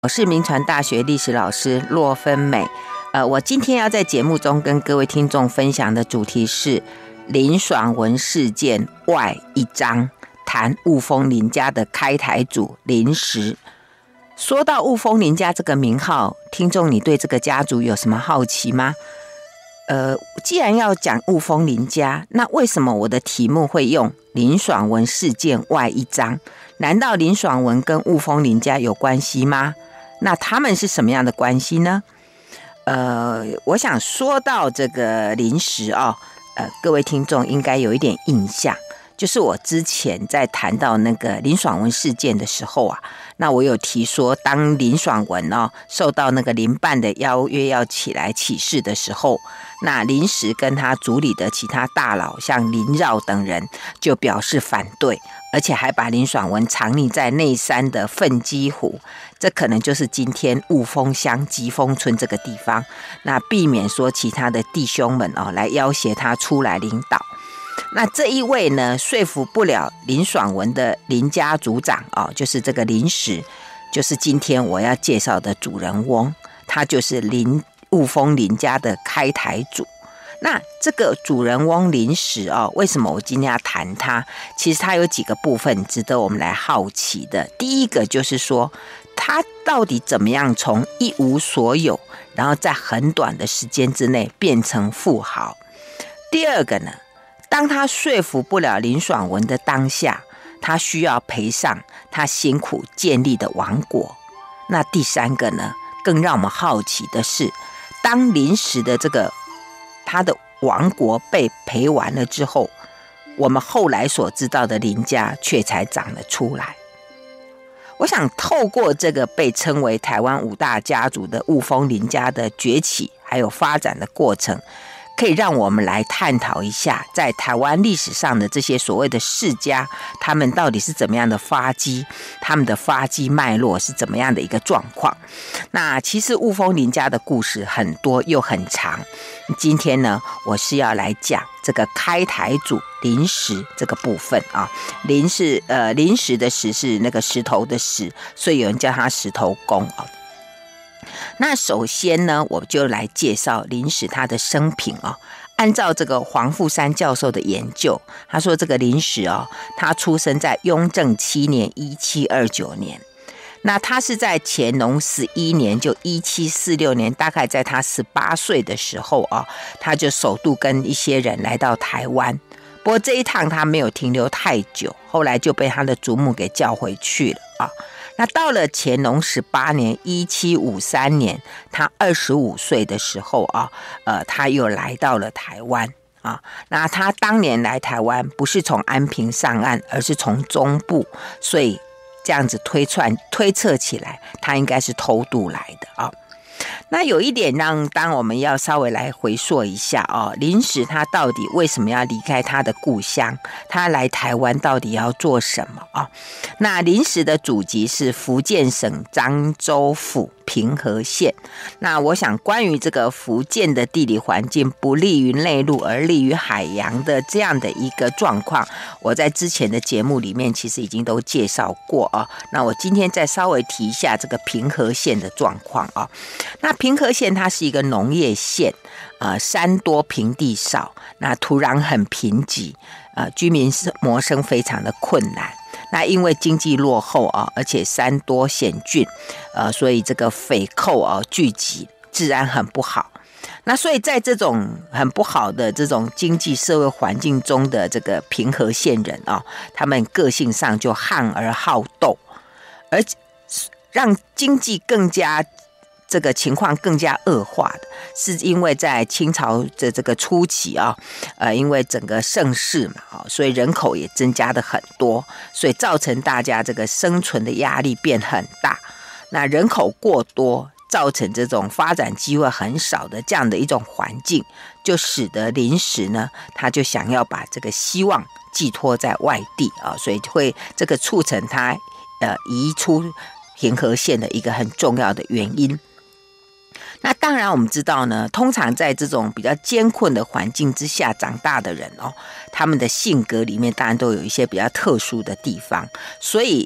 我是铭传大学历史老师骆芬美。我今天要在节目中跟各位听众分享的主题是林爽文事件外一章，谈雾峰林家的开台主林石。说到雾峰林家这个名号，听众你对这个家族有什么好奇吗？既然要讲雾峰林家，那为什么我的题目会用林爽文事件外一章？难道林爽文跟雾峰林家有关系吗？那他们是什么样的关系呢？我想说到这个林石各位听众应该有一点印象，就是我之前在谈到那个林爽文事件的时候那我有提说，当林爽文受到那个林办的邀约要起来起事的时候，那林石跟他族里的其他大佬，像林绕等人就表示反对，而且还把林爽文藏匿在内山的奋基湖，这可能就是今天雾峰乡吉峰村这个地方，那避免说其他的弟兄们来要挟他出来领导。那这一位呢，说服不了林爽文的林家族长就是这个林石，就是今天我要介绍的主人翁，他就是雾峰林家的开台主。那这个主人翁林石为什么我今天要谈他？其实他有几个部分值得我们来好奇的。第一个就是说，他到底怎么样从一无所有，然后在很短的时间之内变成富豪？第二个呢，当他说服不了林爽文的当下，他需要赔上他辛苦建立的王国。那第三个呢，更让我们好奇的是，当林石的他的王国被赔完了之后，我们后来所知道的林家却才长了出来。我想透过这个被称为台湾五大家族的雾峰林家的崛起还有发展的过程，可以让我们来探讨一下，在台湾历史上的这些所谓的世家，他们到底是怎么样的发迹，他们的发迹脉络是怎么样的一个状况。那其实雾峰林家的故事很多又很长，今天呢，我是要来讲这个开台主林石这个部分林石的石是那个石头的石，所以有人叫他石头公那首先呢，我就来介绍林石他的生平按照这个黄富山教授的研究，他说这个林石他出生在雍正7年1729年，那他是在乾隆11年，就1746年，大概在他18岁的时候他就首度跟一些人来到台湾。不过这一趟他没有停留太久，后来就被他的祖母给叫回去了那到了乾隆18年1753年，他25岁的时候他又来到了台湾那他当年来台湾不是从安平上岸，而是从中部，所以这样子推测起来，他应该是偷渡来的那有一点当我们要稍微来回溯一下林石他到底为什么要离开他的故乡，他来台湾到底要做什么那林石的祖籍是福建省漳州府平和县。那我想关于这个福建的地理环境不利于内陆而利于海洋的这样的一个状况，我在之前的节目里面其实已经都介绍过那我今天再稍微提一下这个平和县的状况那平和县它是一个农业县山多平地少，那土壤很贫瘠居民谋生非常的困难。那因为经济落后而且山多险峻所以这个匪寇聚集，治安很不好。那所以在这种很不好的这种经济社会环境中的这个平和县人他们个性上就悍而好斗，而让经济这个情况更加恶化的是因为在清朝的这个初期因为整个盛世嘛所以人口也增加的很多，所以造成大家这个生存的压力变很大。那人口过多，造成这种发展机会很少的这样的一种环境，就使得林石呢，他就想要把这个希望寄托在外地所以会这个促成他移出平和县的一个很重要的原因。那当然我们知道呢，通常在这种比较艰困的环境之下长大的人他们的性格里面当然都有一些比较特殊的地方，所以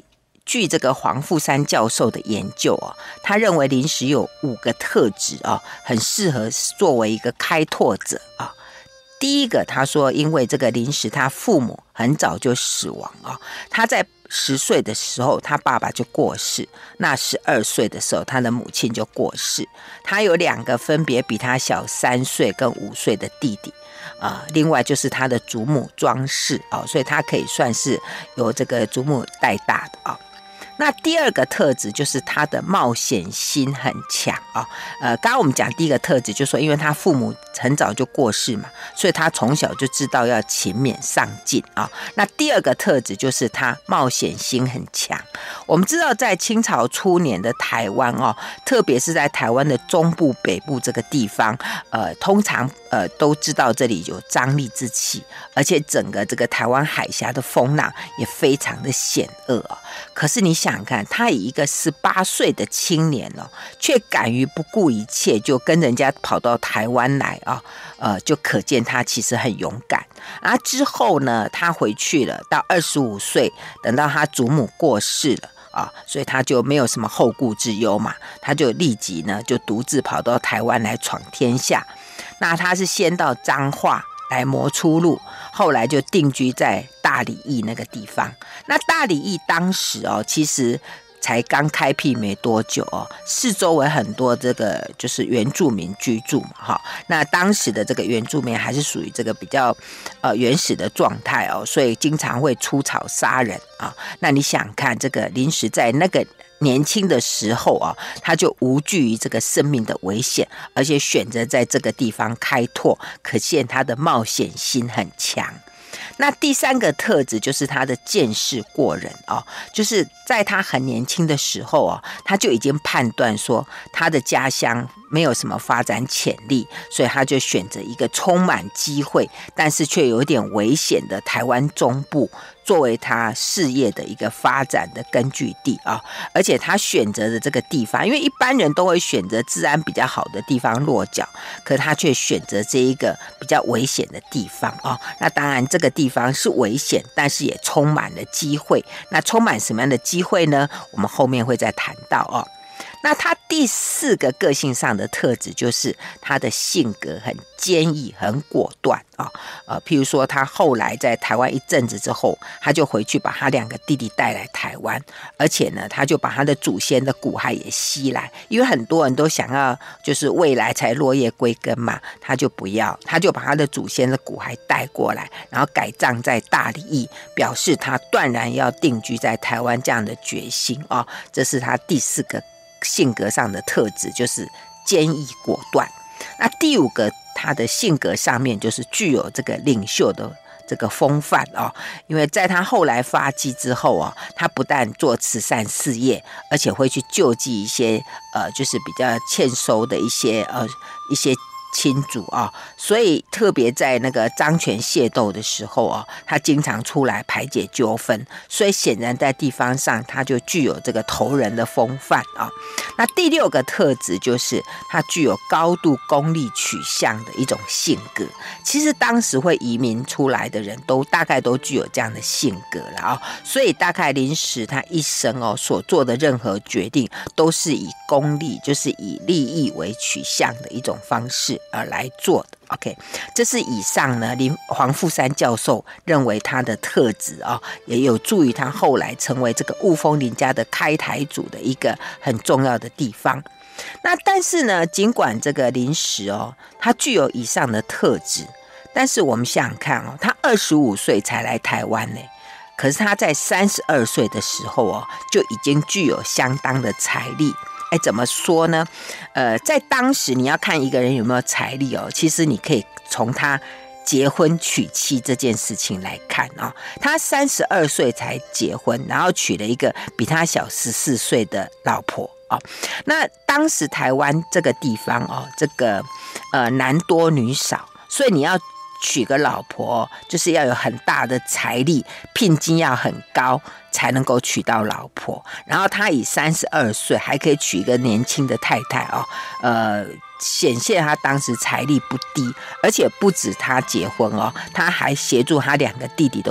据这个黄富山教授的研究他认为林石有5个特质很适合作为一个开拓者第一个，他说，因为这个林石他父母很早就死亡他在10岁的时候，他爸爸就过世，那12岁的时候，他的母亲就过世。他有2个分别比他小3岁跟5岁的弟弟。另外就是他的祖母庄氏所以他可以算是由这个祖母带大的那第2个特质就是他的冒险心很强刚刚我们讲第一个特质就是说，因为他父母很早就过世嘛，所以他从小就知道要勤勉上进那第2个特质就是他冒险心很强。我们知道在清朝初年的台湾特别是在台湾的中部北部这个地方通常都知道这里有瘴疠之气，而且整个这个台湾海峡的风浪也非常的险恶可是你想想看，他以一个18岁的青年却敢于不顾一切就跟人家跑到台湾来就可见他其实很勇敢。之后呢，他回去了，到25岁，等到他祖母过世了所以他就没有什么后顾之忧嘛，他就立即呢就独自跑到台湾来闯天下。那他是先到彰化来谋出路，后来就定居在大里驿那个地方。那大里驿当时其实才刚开辟没多久四周围很多这个就是原住民居住嘛那当时的这个原住民还是属于这个比较原始的状态所以经常会出草杀人那你想看这个林石在那个年轻的时候他就无惧于这个生命的危险，而且选择在这个地方开拓，可见他的冒险心很强。那第3个特质就是他的见识过人就是在他很年轻的时候他就已经判断说他的家乡没有什么发展潜力，所以他就选择一个充满机会但是却有点危险的台湾中部作为他事业的一个发展的根据地而且他选择的这个地方，因为一般人都会选择治安比较好的地方落脚，可他却选择这一个比较危险的地方那当然这个地方是危险，但是也充满了机会。那充满什么样的机会呢？我们后面会再谈到那他第4个个性上的特质就是他的性格很坚毅很果断譬如说他后来在台湾一阵子之后，他就回去把他2个弟弟带来台湾，而且呢他就把他的祖先的骨骸也吸来，因为很多人都想要就是未来才落叶归根嘛，他就不要，他就把他的祖先的骨骸带过来，然后改葬在大里驿，表示他断然要定居在台湾这样的决心这是他第4个性格上的特质，就是坚毅果断。那第5个他的性格上面就是具有这个领袖的这个风范因为在他后来发迹之后他不但做慈善事业，而且会去救济一些就是比较欠收的一些亲族所以特别在那个漳泉械斗的时候他经常出来排解纠纷，所以显然在地方上他就具有这个头人的风范那第6个特质就是他具有高度功利取向的一种性格。其实当时会移民出来的人都大概都具有这样的性格了所以大概林石他一生所做的任何决定都是以功利，就是以利益为取向的一种方式而来做的。OK， 这是以上呢黄富山教授认为他的特质也有助于他后来成为这个雾峰林家的开台主的一个很重要的地方。那但是呢，尽管这个林石他具有以上的特质，但是我们想想看他25岁才来台湾呢，可是他在32岁的时候就已经具有相当的财力。怎么说呢？在当时你要看一个人有没有财力其实你可以从他结婚娶妻这件事情来看他32岁才结婚，然后娶了一个比他小14岁的老婆那当时台湾这个地方这个男多女少，所以你要娶个老婆就是要有很大的财力，聘金要很高才能够娶到老婆。然后他以32岁还可以娶一个年轻的太太显现他当时财力不低，而且不止他结婚他还协助他2个弟弟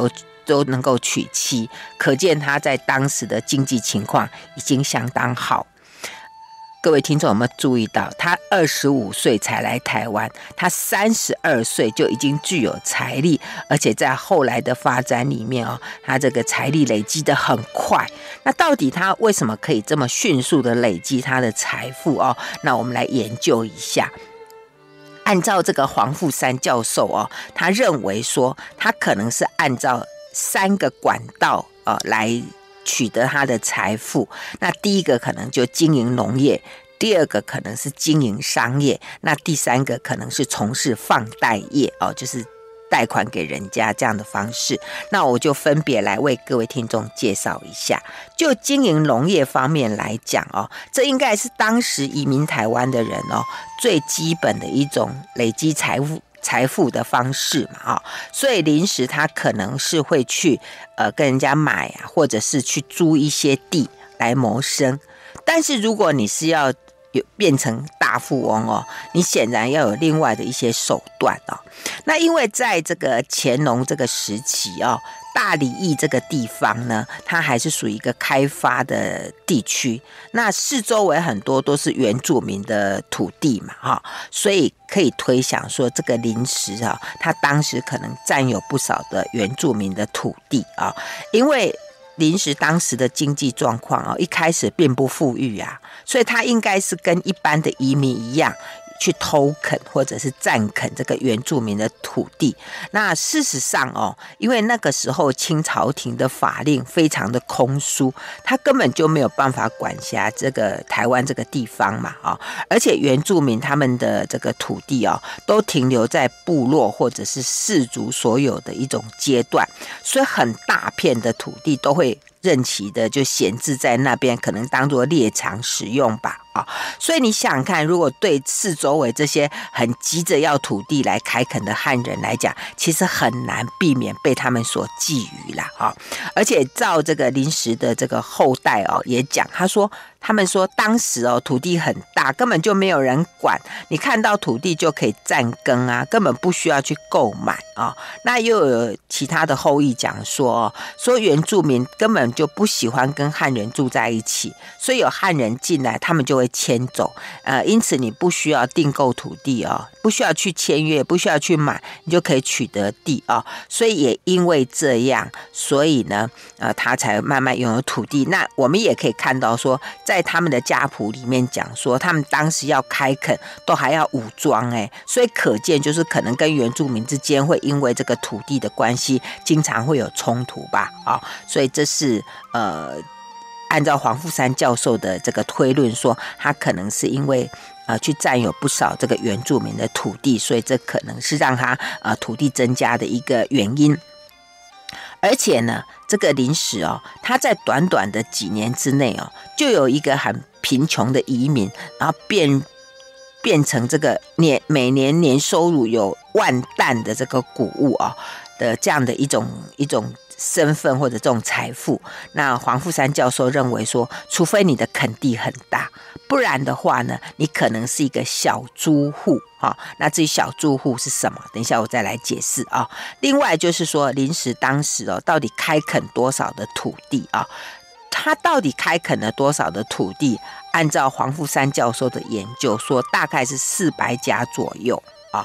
都能够娶妻，可见他在当时的经济情况已经相当好。各位听众有没有注意到，他25岁才来台湾，他32岁就已经具有财力，而且在后来的发展里面他这个财力累积得很快。那到底他为什么可以这么迅速的累积他的财富那我们来研究一下。按照这个黄富三教授他认为说，他可能是按照3个管道来取得他的财富。那第一个可能就经营农业，第二个可能是经营商业，那第3个可能是从事放贷业就是贷款给人家这样的方式。那我就分别来为各位听众介绍一下。就经营农业方面来讲这应该是当时移民台湾的人最基本的一种累积财富的方式嘛所以临时他可能是会去跟人家买或者是去租一些地来谋生。但是如果你是要变成大富翁你显然要有另外的一些手段那因为在这个乾隆这个时期大里邑这个地方呢，它还是属于一个开发的地区，那四周围很多都是原住民的土地嘛所以可以推想说，这个临时他当时可能占有不少的原住民的土地因为临时当时的经济状况一开始并不富裕所以他应该是跟一般的移民一样去偷垦或者是占垦这个原住民的土地。那事实上因为那个时候清朝廷的法令非常的空疏，他根本就没有办法管辖这个台湾这个地方嘛而且原住民他们的这个土地都停留在部落或者是氏族所有的一种阶段，所以很大片的土地都会任期的就闲置在那边，可能当作猎场使用吧所以你想想看，如果对四周围这些很急着要土地来开垦的汉人来讲，其实很难避免被他们所觊觎啦而且照这个临时的这个后代也讲，他们说当时土地很大，根本就没有人管，你看到土地就可以占耕根本不需要去购买那又有其他的后裔讲说原住民根本就不喜欢跟汉人住在一起，所以有汉人进来他们就会迁走因此你不需要订购土地不需要去签约，不需要去买，你就可以取得地所以也因为这样，所以呢他才慢慢拥有土地。那我们也可以看到说，在他们的家谱里面讲说，他们当时要开垦都还要武装所以可见就是可能跟原住民之间会因为这个土地的关系经常会有冲突吧所以这是按照黄富三教授的这个推论说，他可能是因为去占有不少这个原住民的土地，所以这可能是让他土地增加的一个原因。而且呢，这个临时他在短短的几年之内就有一个很贫穷的移民，然后变成这个每年年收入有10000担的这个谷物的这样的一种身份或者这种财富。那黄富三教授认为说，除非你的垦地很大，不然的话呢，你可能是一个小租户那至于小租户是什么，等一下我再来解释另外就是说，临时当时到底开垦多少的土地他到底开垦了多少的土地？按照黄富三教授的研究说，大概是400家左右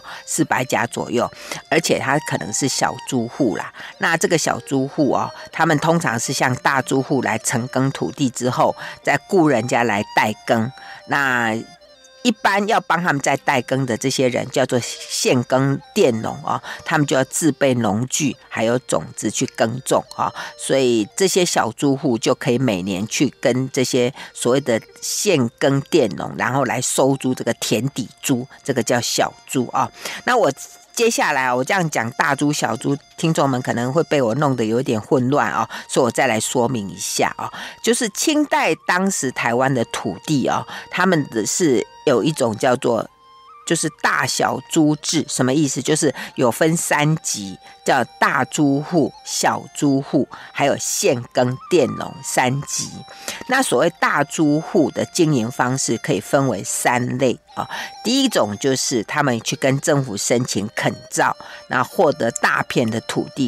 400家左右，而且他可能是小租户啦。那这个小租户他们通常是向大租户来承耕土地之后，再雇人家来代耕。那一般要帮他们在代耕的这些人叫做现耕佃农他们就要自备农具还有种子去耕种所以这些小租户就可以每年去跟这些所谓的现耕佃农，然后来收租这个田底租，这个叫小租那我接下来我这样讲大租小租，听众们可能会被我弄得有点混乱所以我再来说明一下就是清代当时台湾的土地他们的是有一种叫做就是大小租制，什么意思？就是有分3级，叫大租户、小租户，还有现耕佃农3级。那所谓大租户的经营方式可以分为3类第一种就是他们去跟政府申请垦造，那获得大片的土地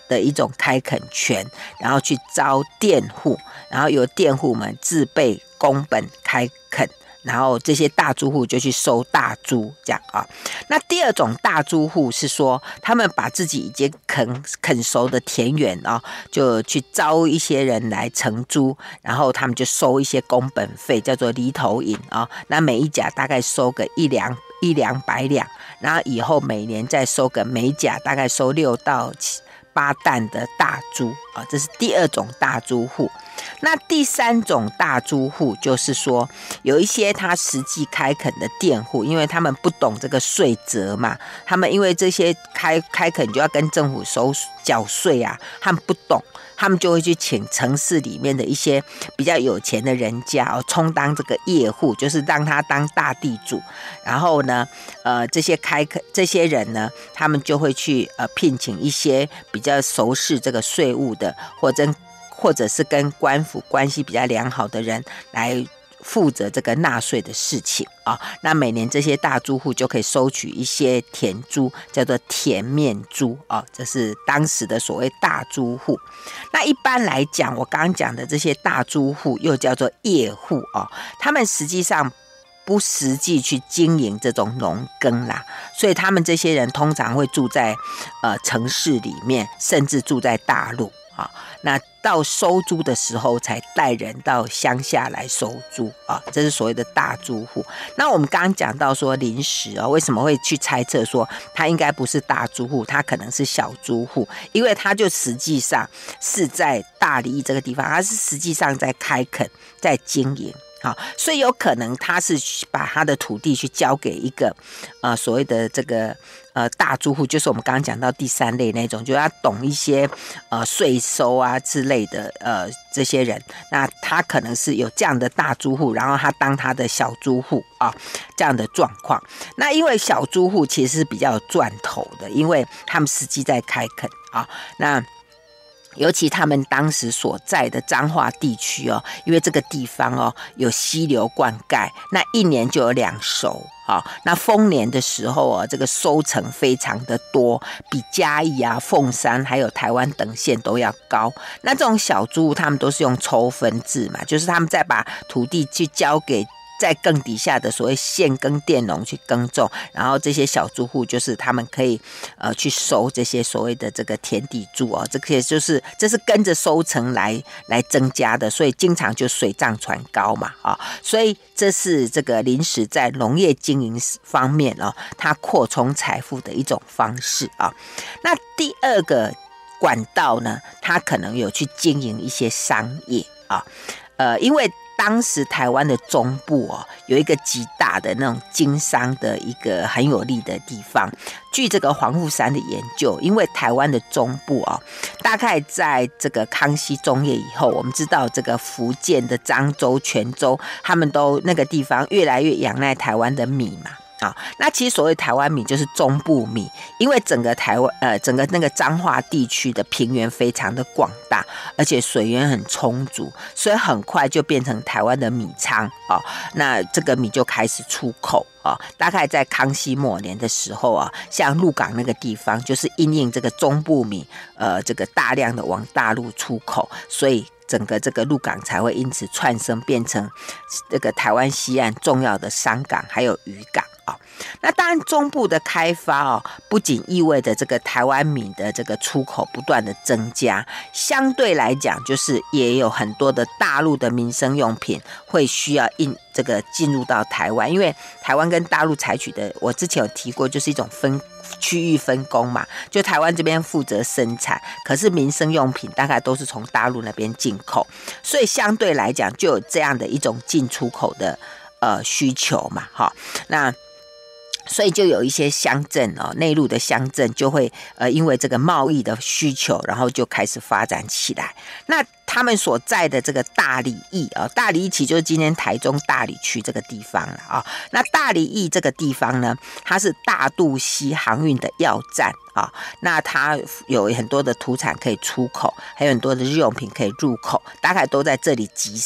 的一种开垦权，然后去招佃户，然后由佃户们自备工本开垦，然后这些大租户就去收大租，这样啊。那第二种大租户是说，他们把自己已经垦熟的田园啊，就去招一些人来承租，然后他们就收一些工本费，叫做犁头银啊。那每一甲大概收个一两百两，然后以后每年再收个每甲大概收6到8担的大租啊，这是第二种大租户。那第三种大租户就是说，有一些他实际开垦的佃户，因为他们不懂这个税则嘛，他们因为这些开垦就要跟政府缴税啊，他们不懂，他们就会去请城市里面的一些比较有钱的人家哦，充当这个业户，就是让他当大地主。然后呢，这些人呢，他们就会去聘请一些比较熟识这个税务的，或者是跟官府关系比较良好的人来负责这个纳税的事情啊。那每年这些大租户就可以收取一些田租，叫做田面租啊，这是当时的所谓大租户。那一般来讲，我刚刚讲的这些大租户又叫做业户啊，他们实际上不实际去经营这种农耕啦，所以他们这些人通常会住在城市里面，甚至住在大陆啊。那到收租的时候才带人到乡下来收租啊，这是所谓的大租户。那我们刚刚讲到说临时为什么会去猜测说他应该不是大租户，他可能是小租户，因为他就实际上是在大里这个地方，他是实际上在开垦，在经营。好，所以有可能他是把他的土地去交给一个所谓的这个大租户，就是我们刚刚讲到第三类那种，就要懂一些税收啊之类的这些人，那他可能是有这样的大租户，然后他当他的小租户啊，这样的状况。那因为小租户其实是比较有赚头的，因为他们实际在开垦啊，那尤其他们当时所在的彰化地区因为这个地方有溪流灌溉，那一年就有2熟。那丰年的时候这个收成非常的多，比嘉义啊、凤山还有台湾等县都要高。那这种小租户他们都是用抽分制嘛，就是他们再把土地去交给在更底下的所谓县耕佃农去耕种，然后这些小租户就是他们可以去收这些所谓的这个田地租这些这是跟着收成来增加的，所以经常就水涨船高嘛所以这是这个临时在农业经营方面它扩充财富的一种方式那第二个管道呢，它可能有去经营一些商业因为当时台湾的中部有一个极大的那种经商的一个很有利的地方。据这个黄富山的研究，因为台湾的中部大概在这个康熙中叶以后，我们知道这个福建的漳州、泉州，他们都那个地方越来越仰赖台湾的米嘛。那其实所谓台湾米就是中部米，因为整个整个那个彰化地区的平原非常的广大，而且水源很充足，所以很快就变成台湾的米仓那这个米就开始出口大概在康熙末年的时候像鹿港那个地方，就是因应这个中部米这个大量的往大陆出口，所以整个这个鹿港才会因此窜升，变成这个台湾西岸重要的商港还有渔港那当然中部的开发不仅意味着这个台湾米的这个出口不断的增加，相对来讲就是也有很多的大陆的民生用品会需要这个进入到台湾，因为台湾跟大陆采取的，我之前有提过，就是一种区域分工嘛，就台湾这边负责生产，可是民生用品大概都是从大陆那边进口，所以相对来讲就有这样的一种进出口的需求嘛那所以就有一些乡镇内陆的乡镇就会因为这个贸易的需求，然后就开始发展起来。那他们所在的这个大里驿大里驿其实就是今天台中大里区这个地方了那大里驿这个地方呢，它是大肚溪航运的要站那它有很多的土产可以出口，还有很多的日用品可以入口，大概都在这里集散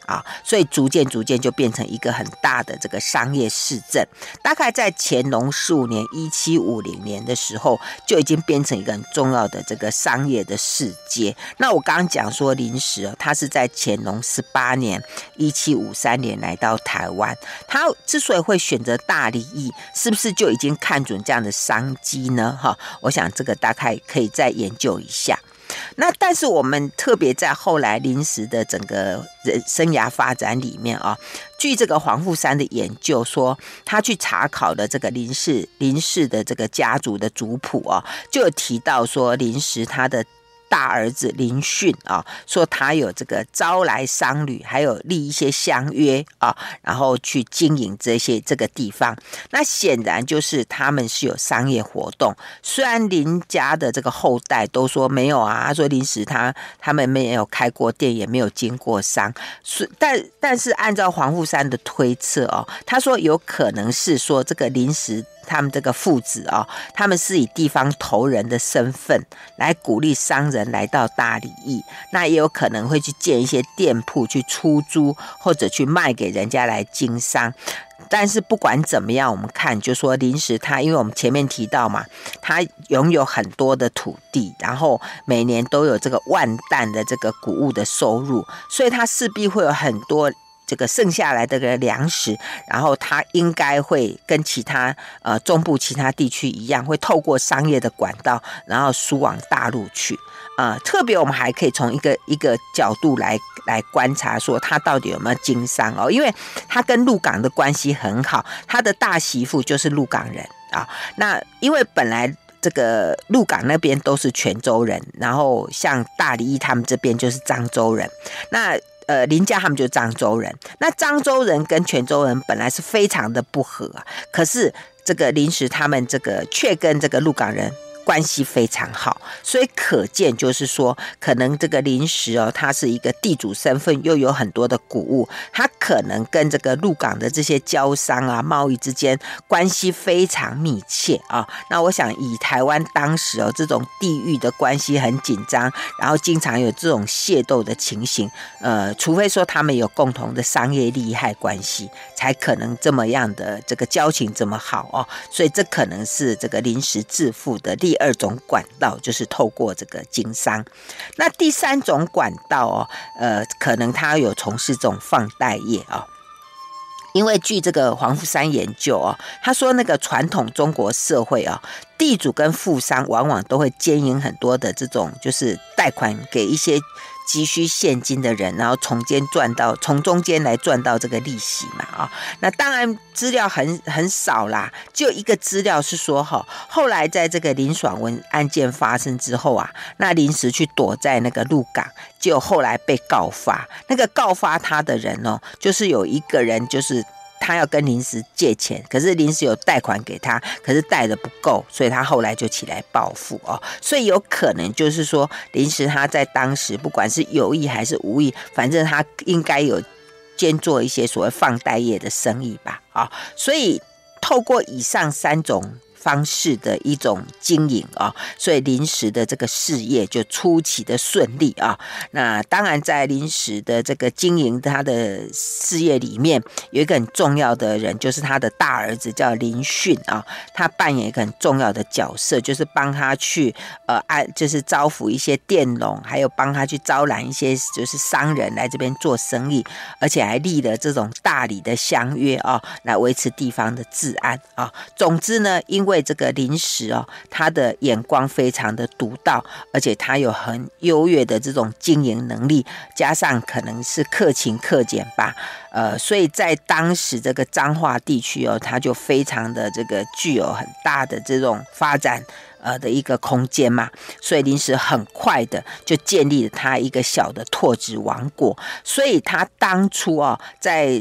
啊，所以逐渐就变成一个很大的这个商业市镇。大概在乾隆15年1750年的时候，就已经变成一个很重要的这个商业的市街。那我刚刚讲说临时他是在乾隆18年1753年来到台湾，他之所以会选择大里驿，是不是就已经看准这样的商机呢？我想这个大概可以再研究一下。那但是我们特别在后来临时的整个生涯发展里面据这个黄富山的研究说，他去查考的这个林氏的这个家族的族谱就有提到说林氏他的大儿子林训说他有这个招来商旅，还有立一些乡约然后去经营这个地方。那显然就是他们是有商业活动。虽然林家的这个后代都说没有他说林氏他们没有开过店，也没有经过商，但是按照黄富山的推测他说有可能是说这个林氏他们这个父子他们是以地方头人的身份来鼓励商人来到大里驿，那也有可能会去建一些店铺去出租，或者去卖给人家来经商。但是不管怎么样，我们看就说林氏他，因为我们前面提到嘛，他拥有很多的土地，然后每年都有这个万担的这个谷物的收入，所以他势必会有很多这个剩下来的粮食，然后它应该会跟其他中部其他地区一样，会透过商业的管道，然后输往大陆去。特别我们还可以从一个角度来观察，说他到底有没有经商因为他跟鹿港的关系很好，他的大媳妇就是鹿港人那因为本来这个鹿港那边都是泉州人，然后像大里驿他们这边就是漳州人，那林家他们就是漳州人，那漳州人跟泉州人本来是非常的不合可是这个林氏他们这个却跟这个鹿港人关系非常好，所以可见就是说，可能这个林氏他是一个地主身份，又有很多的谷物，他可能跟这个鹿港的这些交商贸易之间关系非常密切那我想以台湾当时这种地域的关系很紧张，然后经常有这种械斗的情形，除非说他们有共同的商业利害关系，才可能这么样的这个交情这么好所以这可能是这个林氏致富的第二种管道，就是透过这个经商。那第三种管道可能他有从事这种放贷业因为据这个黄富山研究他说那个传统中国社会地主跟富商往往都会兼营很多的这种就是贷款给一些急需现金的人，然后从中间来赚到这个利息嘛那当然资料很少啦，就一个资料是说后来在这个林爽文案件发生之后那临时去躲在那个鹿港，结果后来被告发，那个告发他的人就是有一个人就是他要跟临时借钱，可是临时有贷款给他，可是贷的不够，所以他后来就起来报复所以有可能就是说临时他在当时不管是有意还是无意，反正他应该有兼做一些所谓放贷业的生意吧所以透过以上三种方式的一种经营所以临时的这个事业就出奇的顺利那当然在临时的这个经营他的事业里面，有一个很重要的人，就是他的大儿子叫林训他扮演一个很重要的角色，就是帮他去就是招抚一些佃农，还有帮他去招揽一些就是商人来这边做生意，而且还立了这种大里的乡约来维持地方的治安总之呢，因为这个林氏他的眼光非常的独到，而且他有很优越的这种经营能力，加上可能是克勤克俭吧所以在当时这个彰化地区他就非常的这个具有很大的这种发展的一个空间嘛，所以林氏很快的就建立了他一个小的拓殖王国。所以他当初在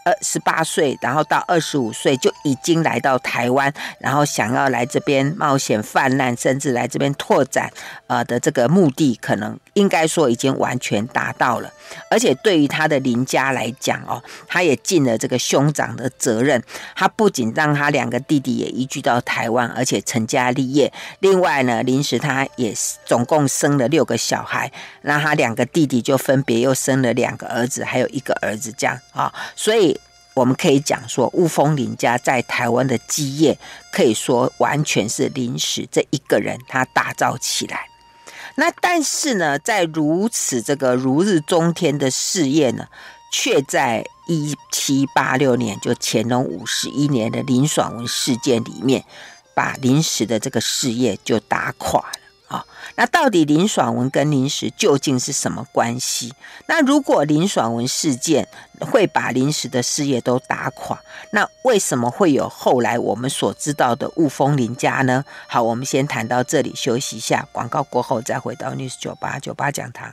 18岁，然后到25岁就已经来到台湾，然后想要来这边冒险犯难，甚至来这边拓展的这个目的，可能应该说已经完全达到了。而且对于他的林家来讲他也尽了这个兄长的责任，他不仅让他2个弟弟也移居到台湾，而且成家立业。另外呢，林时他也总共生了6个小孩，那他2个弟弟就分别又生了2个儿子，还有1个儿子这样所以我们可以讲说，雾峰林家在台湾的基业，可以说完全是林时这一个人他打造起来。那但是呢，在如此这个如日中天的事业呢，却在1786年，就乾隆51年的林爽文事件里面，把林时的这个事业就打垮了。那到底林爽文跟林时究竟是什么关系？那如果林爽文事件会把林时的事业都打垮，那为什么会有后来我们所知道的雾峰林家呢？好，我们先谈到这里，休息一下，广告过后再回到 News 98讲堂。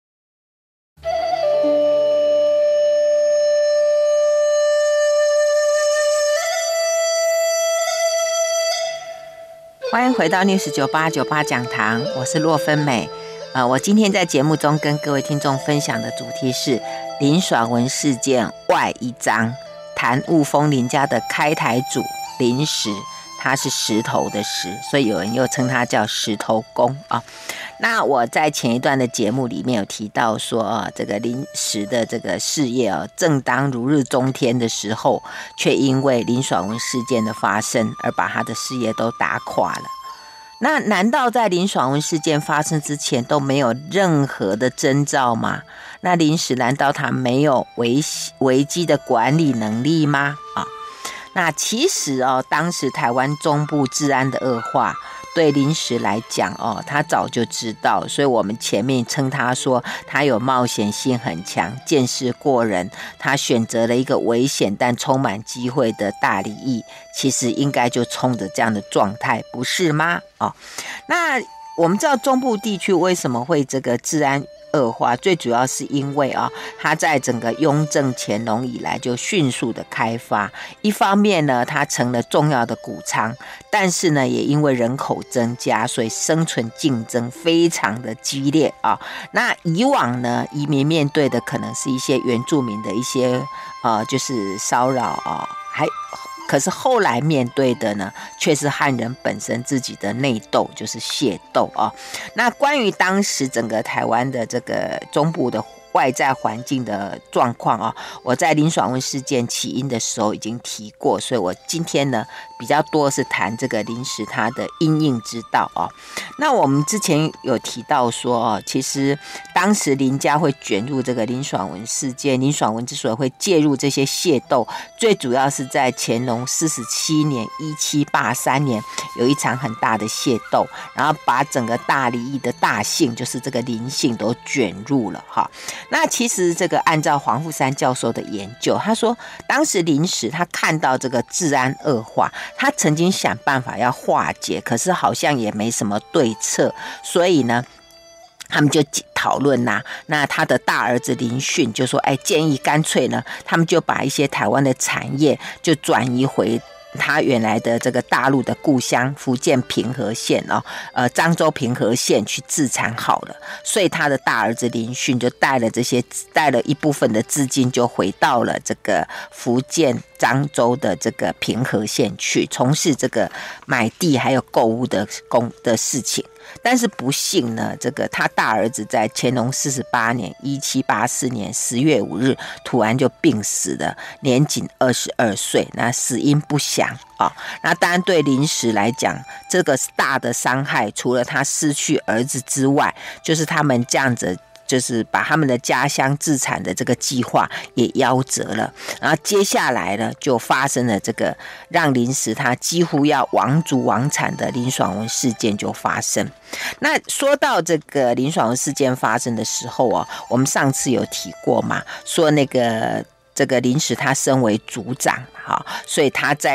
欢迎回到 News 98讲堂，我是洛芬美。我今天在节目中跟各位听众分享的主题是林爽文事件外一章，谈雾峰林家的开台主林时，他是石头的石，所以有人又称他叫石头公那我在前一段的节目里面有提到说这个林时的这个事业正当如日中天的时候，却因为林爽文事件的发生而把他的事业都打垮了。那难道在林爽文事件发生之前都没有任何的征兆吗？那林时难道他没有危机的管理能力吗？那其实当时台湾中部治安的恶化，对林时来讲他早就知道，所以我们前面称他说他有冒险性很强，见识过人，他选择了一个危险但充满机会的大里邑，其实应该就冲着这样的状态，不是吗？那我们知道中部地区为什么会这个治安恶化，最主要是因为它在整个雍正乾隆以来就迅速的开发，一方面呢它成了重要的谷仓，但是呢也因为人口增加，所以生存竞争非常的激烈那以往呢移民面对的可能是一些原住民的一些就是骚扰可是后来面对的呢，却是汉人本身自己的内斗，就是械斗那关于当时整个台湾的这个中部的外在环境的状况我在林爽文事件起因的时候已经提过，所以我今天呢比较多是谈这个林时他的因应之道那我们之前有提到说其实当时林家会卷入这个林爽文事件，林爽文之所以会介入这些械斗，最主要是在乾隆47年1783年有一场很大的械斗，然后把整个大里邑的大姓，就是这个林姓都卷入了那其实这个按照黄富山教授的研究，他说当时林时他看到这个治安恶化，他曾经想办法要化解，可是好像也没什么对策，所以呢他们就讨论那他的大儿子林训就说建议干脆呢他们就把一些台湾的产业就转移回他原来的这个大陆的故乡福建平和县漳州平和县去自产好了，所以他的大儿子林训就带了一部分的资金就回到了这个福建漳州的这个平和县去从事这个买地还有购物的事情。但是不幸呢，这个他大儿子在乾隆48年1784年10月5日突然就病死了，年仅22岁，那死因不详那当然对林时来讲，这个是大的伤害，除了他失去儿子之外，就是他们这样子就是把他们的家乡自产的这个计划也夭折了，然后接下来呢就发生了这个让林时他几乎要亡族亡产的林爽文事件就发生。那说到这个林爽文事件发生的时候我们上次有提过嘛，说这个林时他身为族长所以他在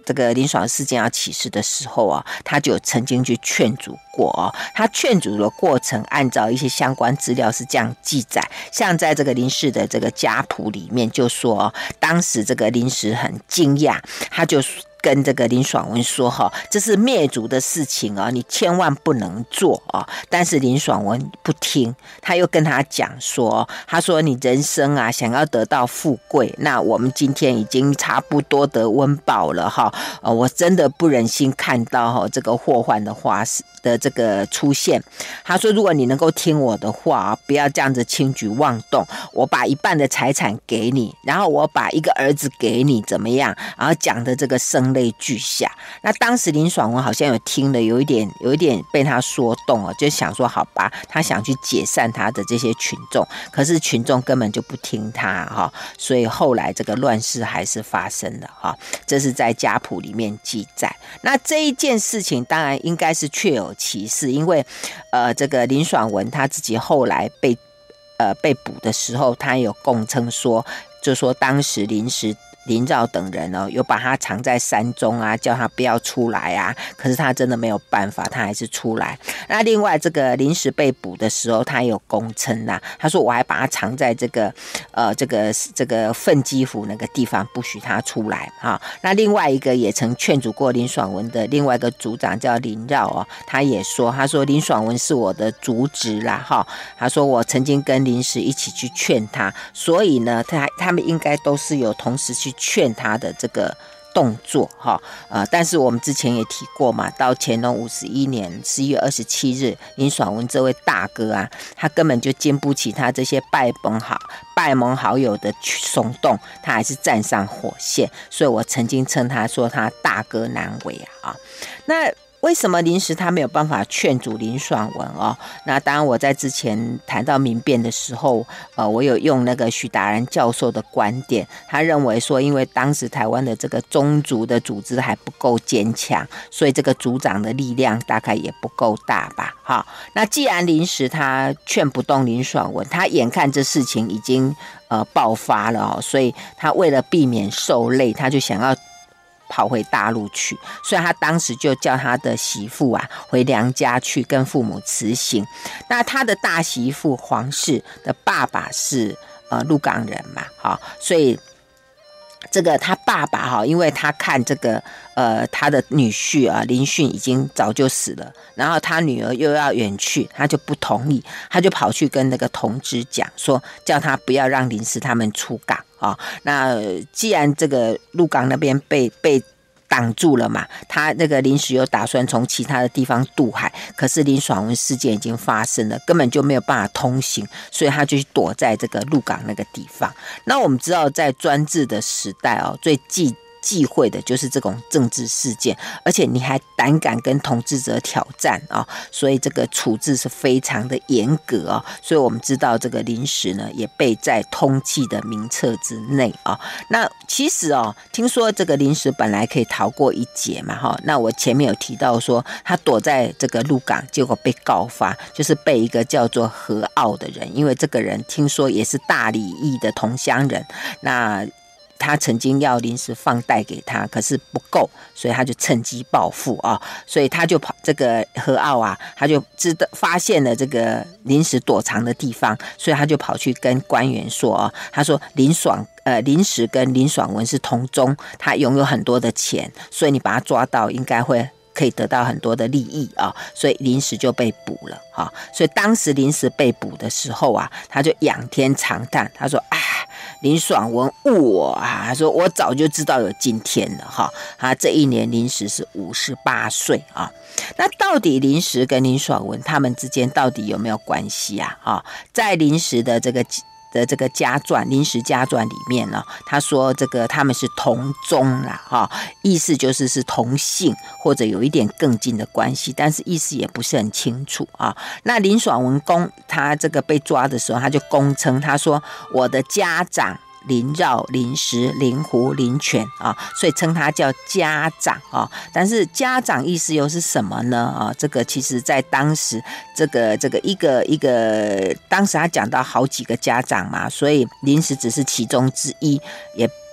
这个林爽事件要起事的时候啊，他就曾经去劝阻过哦。他劝阻的过程，按照一些相关资料是这样记载，像在这个林氏的这个家谱里面就说哦，当时这个林氏很惊讶，他就跟这个林爽文说哈，这是灭族的事情啊，你千万不能做啊。但是林爽文不听，他又跟他讲说，他说你人生啊想要得到富贵，那我们今天已经差不多得温饱了哈，我真的不忍心看到哈这个祸患的这个出现。他说如果你能够听我的话，不要这样子轻举妄动，我把一半的财产给你，然后我把一个儿子给你，怎么样？然后讲的这个声泪俱下。那当时林爽文好像有听了，有一点被他说动了，就想说好吧，他想去解散他的这些群众，可是群众根本就不听他哈，所以后来这个乱世还是发生了哈。这是在家谱里面记载。那这一件事情当然应该是确有其事，因为这个林爽文他自己后来被捕的时候，他有供称说，就说当时林兆等人哦，有把他藏在山中啊，叫他不要出来啊。可是他真的没有办法，他还是出来。那另外这个临时被捕的时候，他有供称啊，他说我还把他藏在这个奋基湖那个地方，不许他出来啊。那另外一个也曾劝阻过林爽文的另外一个族长叫林绕哦，他也说，他说林爽文是我的族侄啦哈。他说我曾经跟林时一起去劝他，所以呢，他们应该都是有同时去劝他的这个动作哈，但是我们之前也提过嘛，到乾隆51年11月27日，林爽文这位大哥啊，他根本就经不起他这些拜盟好友的耸动，他还是站上火线，所以我曾经称他说他大哥难为啊。那为什么临时他没有办法劝阻林爽文哦？那当然，我在之前谈到民变的时候，我有用那个许达然教授的观点，他认为说，因为当时台湾的这个宗族的组织还不够坚强，所以这个族长的力量大概也不够大吧。好，那既然临时他劝不动林爽文，他眼看这事情已经爆发了哦，所以他为了避免受累，他就想要跑回大陆去，所以他当时就叫他的媳妇啊回娘家去跟父母辞行。那他的大媳妇黄氏的爸爸是鹿港人嘛，好，所以这个他爸爸哈，因为他看这个他的女婿啊林训已经早就死了，然后他女儿又要远去，他就不同意，他就跑去跟那个同知讲说，叫他不要让林氏他们出港啊。那既然这个鹿港那边被挡住了嘛，他那个临时有打算从其他的地方渡海，可是林爽文事件已经发生了，根本就没有办法通行，所以他就躲在这个鹿港那个地方。那我们知道在专制的时代哦，最忌讳的就是这种政治事件，而且你还胆敢跟统治者挑战啊，所以这个处置是非常的严格啊。所以我们知道这个临时呢也被在通缉的名册之内啊。那其实听说这个临时本来可以逃过一劫嘛哈。那我前面有提到说他躲在这个鹿港，结果被告发，就是被一个叫做何傲的人，因为这个人听说也是大李义的同乡人，那他曾经要临时放贷给他，可是不够，所以他就趁机报复啊！所以他就跑这个何傲啊，他就发现了这个临时躲藏的地方，所以他就跑去跟官员说啊，他说临时跟林爽文是同宗，他拥有很多的钱，所以你把他抓到，应该会可以得到很多的利益啊，所以临时就被捕了啊。所以当时临时被捕的时候啊，他就仰天长叹，他说啊，林爽文误我啊，他说我早就知道有今天了哈。他这一年临时是58岁啊。那到底临时跟林爽文他们之间到底有没有关系啊？在临时的这个家传，临时家传里面呢，他说这个他们是同宗啦，哈，意思就是是同姓或者有一点更近的关系，但是意思也不是很清楚啊。那林爽文他这个被抓的时候，他就供称，他说我的家长林绕、林时、林胡、林权啊，所以称他叫家长啊。但是家长意思又是什么呢？啊，这个其实在当时这个一个，当时他讲到好几个家长嘛，所以林时只是其中之一，也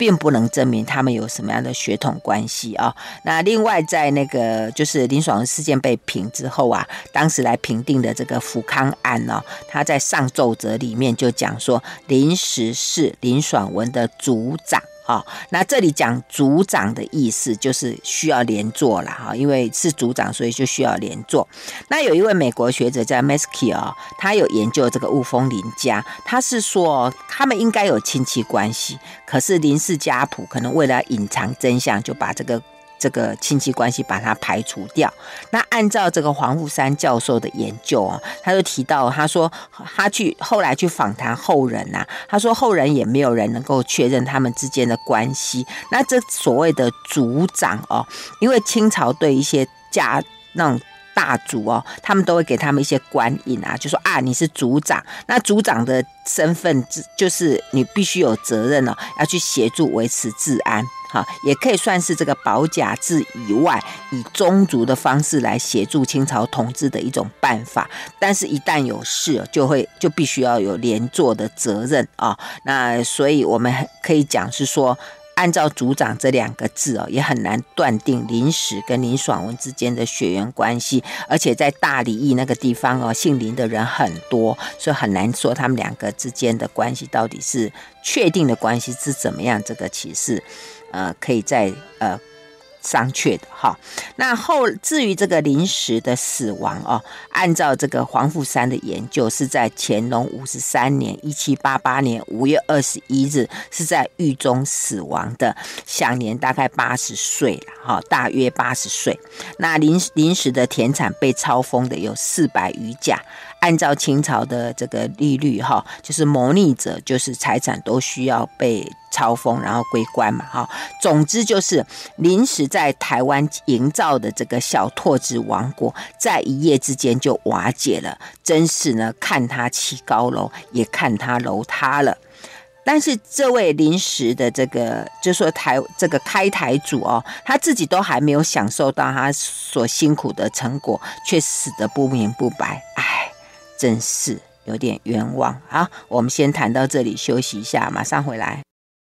并不能证明他们有什么样的血统关系啊。那另外在那个就是林爽文事件被评之后啊，当时来评定的这个福康案哦，他在上奏折里面就讲说，林时是林爽文的族长。那这里讲族长的意思就是需要连坐啦，因为是族长，所以就需要连坐。那有一位美国学者叫 Mesky 他有研究这个雾峰林家，他是说他们应该有亲戚关系，可是林氏家谱可能为了隐藏真相，就把这个亲戚关系把它排除掉。那按照这个黄富山教授的研究他就提到，他说他后来去访谈后人他说后人也没有人能够确认他们之间的关系。那这所谓的族长因为清朝对一些那种大族他们都会给他们一些官印就说你是族长，那族长的身份就是你必须有责任要去协助维持治安，也可以算是这个保甲制以外，以宗族的方式来协助清朝统治的一种办法。但是一旦有事就必须要有连坐的责任那所以我们可以讲是说，按照族长这2个字也很难断定林时跟林爽文之间的血缘关系，而且在大理驿那个地方姓林的人很多，所以很难说他们2个之间的关系到底是确定的关系是怎么样，这个其实可以在商榷的那至于这个林时的死亡按照这个黄富山的研究，是在乾隆53年1788年5月21日是在狱中死亡的，享年大概80岁了大约80岁。那林时的田产被抄封的有400余甲，按照清朝的这个利率就是谋逆者就是财产都需要被抄封然后归官嘛总之就是林时在台湾营造的这个小拓殖王国在一夜之间就瓦解了，真是呢看他起高楼也看他楼塌了。但是这位林时的这个就是说这个开台主他自己都还没有享受到他所辛苦的成果，却死得不明不白，真是有点冤枉。好，我们先谈到这里，休息一下，马上回来。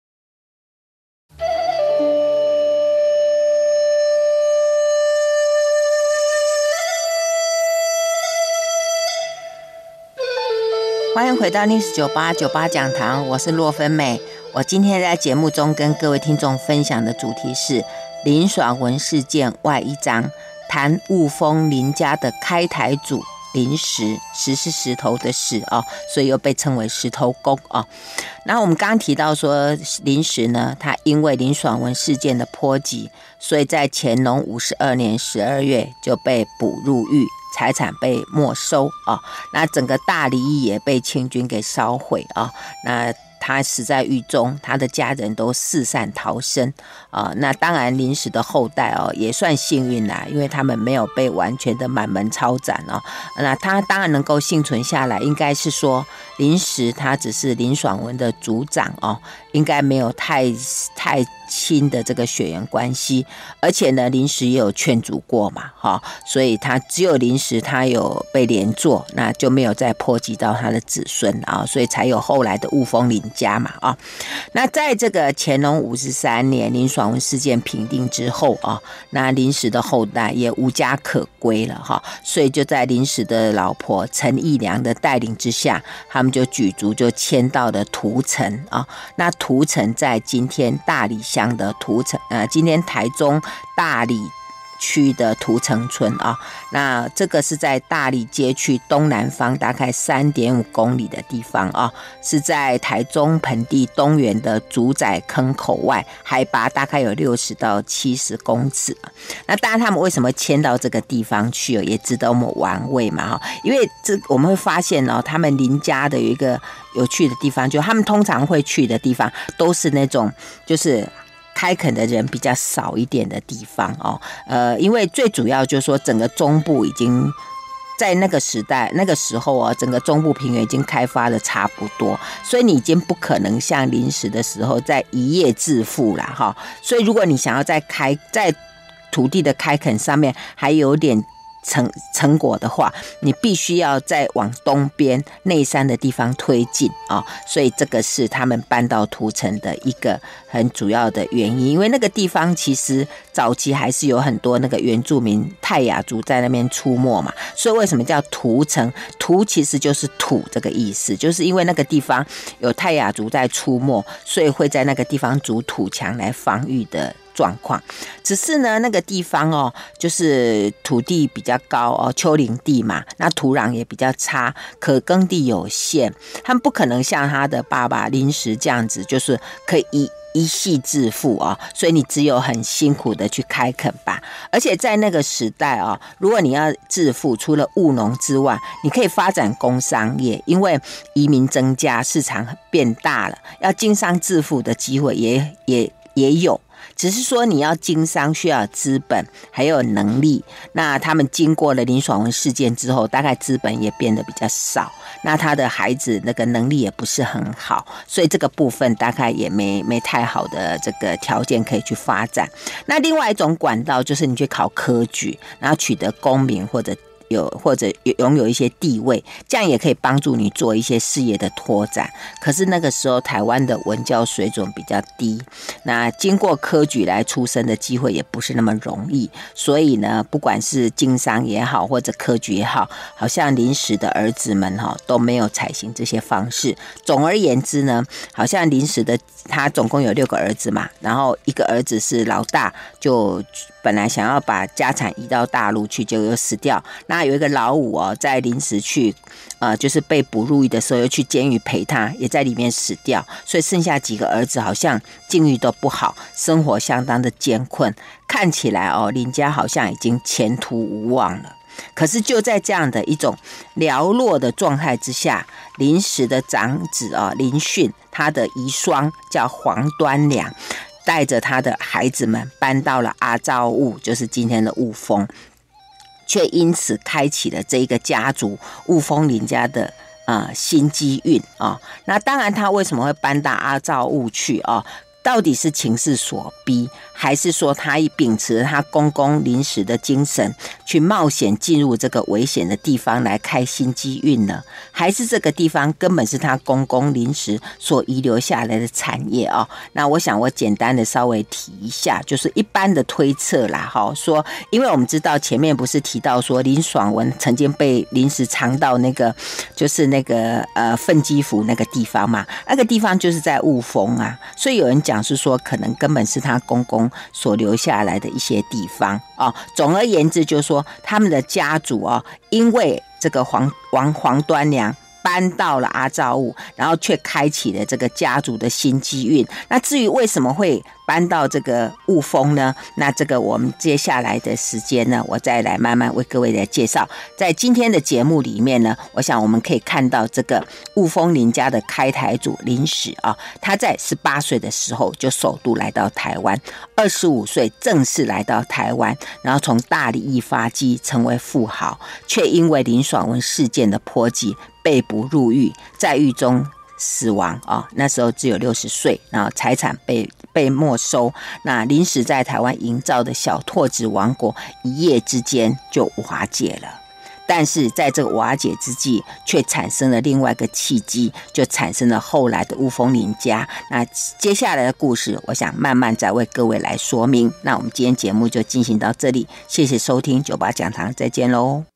欢迎回到News98讲堂，我是洛芬美。我今天在节目中跟各位听众分享的主题是林爽文事件外一章，谈雾峰林家的开台主林时，石是石头的石所以又被称为石头公然后我们刚刚提到说林时呢，他因为林爽文事件的波及，所以在乾隆52年12月就被捕入狱，财产被没收那整个大理驿也被清军给烧毁那他死在狱中，他的家人都四散逃生那当然林时的后代也算幸运啦，因为他们没有被完全的满门抄斩那他当然能够幸存下来，应该是说林时他只是林爽文的族长应该没有太亲的这个血缘关系，而且呢林时也有劝阻过嘛所以他只有林时他有被连坐，那就没有再波及到他的子孙所以才有后来的雾峰林家嘛那在这个乾隆53年林爽文事件平定之后那林时的后代也无家可归了所以就在林时的老婆陈义良的带领之下，他们就举族就迁到了涂城那涂城在今天大理乡的涂城今天台中大理区的涂城村那这个是在大理街区东南方大概 3.5 公里的地方是在台中盆地东园的竹仔坑口外，海拔大概有60到70公尺那当然他们为什么迁到这个地方去也值得我们玩味嘛因为我们会发现他们林家的有一个有趣的地方，就他们通常会去的地方都是那种就是开垦的人比较少一点的地方因为最主要就是说整个中部已经在那个时候整个中部平原已经开发的差不多，所以你已经不可能像林时的时候在一夜致富啦所以如果你想要在土地的开垦上面还有点成果的话，你必须要再往东边内山的地方推进啊，所以这个是他们搬到土城的一个很主要的原因。因为那个地方其实早期还是有很多那个原住民泰雅族在那边出没嘛，所以为什么叫土城？土其实就是土这个意思，就是因为那个地方有泰雅族在出没，所以会在那个地方筑土墙来防御的状况。只是呢，那个地方哦，就是土地比较高哦，丘陵地嘛，那土壤也比较差，可耕地有限，他们不可能像他的爸爸临时这样子，就是可以一夕致富哦，所以你只有很辛苦的去开垦吧。而且在那个时代哦，如果你要致富，除了务农之外，你可以发展工商业，因为移民增加，市场变大了，要经商致富的机会也有。只是说你要经商需要有资本还有能力，那他们经过了林爽文事件之后，大概资本也变得比较少，那他的孩子那个能力也不是很好，所以这个部分大概也没太好的这个条件可以去发展。那另外一种管道就是你去考科举，然后取得功名或者拥有一些地位，这样也可以帮助你做一些事业的拓展。可是那个时候台湾的文教水准比较低，那经过科举来出身的机会也不是那么容易，所以呢，不管是经商也好或者科举也好，好像临时的儿子们都没有采行这些方式。总而言之呢，好像临时的他总共有6个儿子嘛，然后一个儿子是老大，就本来想要把家产移到大陆去，就又死掉。那有一个老五在临时去就是被捕入狱的时候，又去监狱陪他，也在里面死掉。所以剩下几个儿子好像境遇都不好，生活相当的艰困，看起来林家好像已经前途无望了。可是就在这样的一种寥落的状态之下，临时的长子林训，他的遗孀叫黄端良，带着他的孩子们搬到了阿罩雾，就是今天的雾峰，却因此开启了这一个家族雾峰林家的新机运那当然他为什么会搬到阿罩雾去到底是情势所逼，还是说他秉持他公公临时的精神去冒险进入这个危险的地方来开新机运呢？还是这个地方根本是他公公临时所遗留下来的产业那我想我简单的稍微提一下，就是一般的推测啦说因为我们知道前面不是提到说林爽文曾经被临时藏到那个就是那个奋基府那个地方嘛，那个地方就是在雾峰所以有人讲是说可能根本是他公公所留下来的一些地方总而言之就是说他们的家族因为这个黄端良搬到了阿罩雾，然后却开启了这个家族的新机运。那至于为什么会搬到这个雾峰呢？那这个我们接下来的时间呢，我再来慢慢为各位来介绍。在今天的节目里面呢，我想我们可以看到这个雾峰林家的开台主林史他在18岁的时候就首度来到台湾，25岁正式来到台湾，然后从大理一发迹成为富豪，却因为林爽文事件的波及被捕入狱，在狱中死亡那时候只有60岁，然后财产被没收。那临时在台湾营造的小拓殖王国一夜之间就瓦解了。但是在这个瓦解之际，却产生了另外一个契机，就产生了后来的雾峰林家。那接下来的故事，我想慢慢再为各位来说明。那我们今天节目就进行到这里，谢谢收听98讲堂，再见喽。